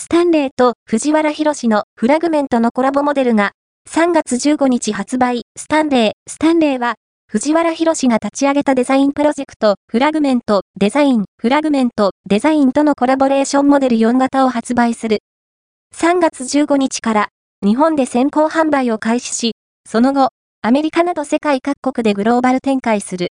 スタンレーと藤原宏のフラグメントのコラボモデルが3月15日発売。スタンレーは藤原宏が立ち上げたデザインプロジェクトフラグメントデザインとのコラボレーションモデル4型を発売する。3月15日から日本で先行販売を開始し、その後、アメリカなど世界各国でグローバル展開する。